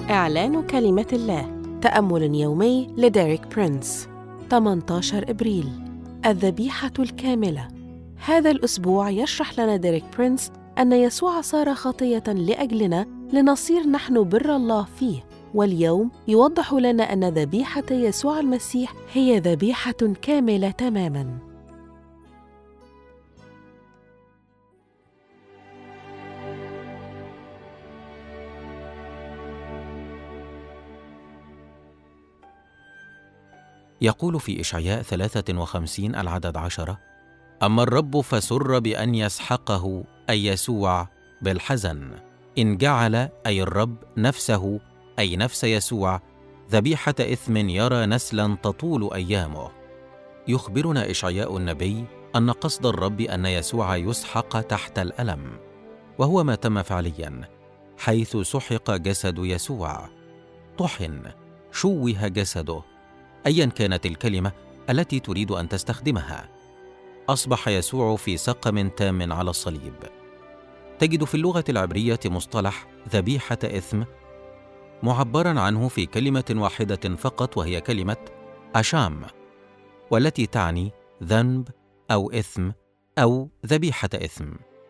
إعلان كلمة الله. تأمل يومي لديريك برينس. 18 إبريل. الذبيحة الكاملة. هذا الأسبوع يشرح لنا ديريك برينس أن يسوع صار خطية لأجلنا لنصير نحن بر الله فيه، واليوم يوضح لنا أن ذبيحة يسوع المسيح هي ذبيحة كاملة تماماً. يقول في إشعياء 53 العدد 10: أما الرب فسر بأن يسحقه أي يسوع بالحزن، إن جعل أي الرب نفسه أي نفس يسوع ذبيحة إثم يرى نسلا تطول أيامه. يخبرنا إشعياء النبي أن قصد الرب أن يسوع يسحق تحت الألم، وهو ما تم فعليا، حيث سحق جسد يسوع، طحن، شوه جسده، أيا كانت الكلمة التي تريد أن تستخدمها. أصبح يسوع في سقم تام على الصليب. تجد في اللغة العبرية مصطلح ذبيحة إثم معبرا عنه في كلمة واحدة فقط، وهي كلمة أشام، والتي تعني ذنب أو إثم أو ذبيحة إثم.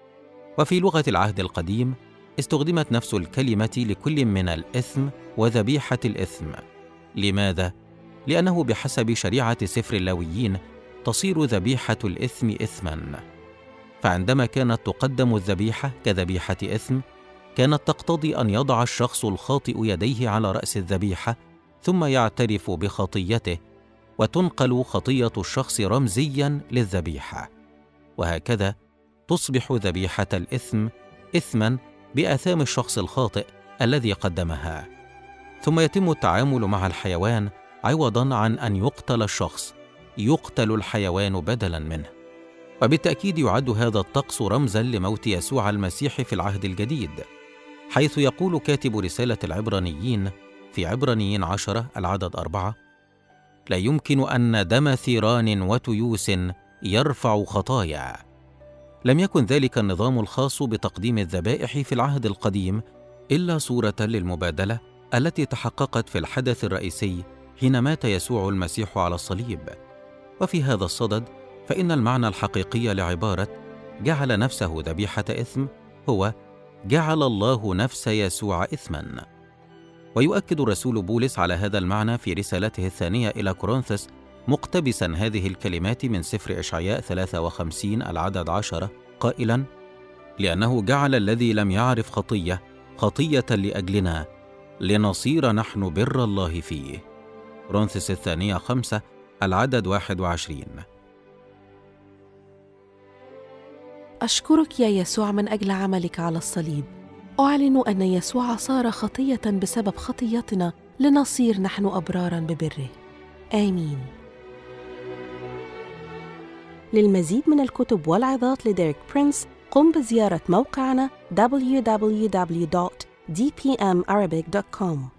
وفي لغة العهد القديم استخدمت نفس الكلمة لكل من الإثم وذبيحة الإثم. لماذا؟ لأنه بحسب شريعة سفر اللاويين تصير ذبيحة الإثم إثماً، فعندما كانت تقدم الذبيحة كذبيحة إثم كانت تقتضي أن يضع الشخص الخاطئ يديه على رأس الذبيحة ثم يعترف بخطيته، وتنقل خطية الشخص رمزياً للذبيحة، وهكذا تصبح ذبيحة الإثم إثماً بآثام الشخص الخاطئ الذي قدمها. ثم يتم التعامل مع الحيوان عوضاً عن أن يقتل الشخص، يقتل الحيوان بدلاً منه. وبالتأكيد يعد هذا الطقس رمزاً لموت يسوع المسيح في العهد الجديد، حيث يقول كاتب رسالة العبرانيين في عبرانيين 10 العدد 4: لا يمكن أن دم ثيران وتيوس يرفع خطايا. لم يكن ذلك النظام الخاص بتقديم الذبائح في العهد القديم إلا صورة للمبادلة التي تحققت في الحدث الرئيسي حين مات يسوع المسيح على الصليب. وفي هذا الصدد فإن المعنى الحقيقي لعبارة جعل نفسه ذبيحة إثم هو جعل الله نفس يسوع إثما. ويؤكد الرسول بولس على هذا المعنى في رسالته الثانية إلى كورنثوس، مقتبسا هذه الكلمات من سفر إشعياء 53 العدد 10 قائلا: لأنه جعل الذي لم يعرف خطية خطية لأجلنا لنصير نحن بر الله فيه. كورنثوس الثانية 5 العدد 21. أشكرك يا يسوع من أجل عملك على الصليب. أعلن أن يسوع صار خطية بسبب خطيتنا لنصير نحن أبرارا ببره. آمين. للمزيد من الكتب والعظات لديريك برينس قم بزيارة موقعنا www.dpmarabic.com.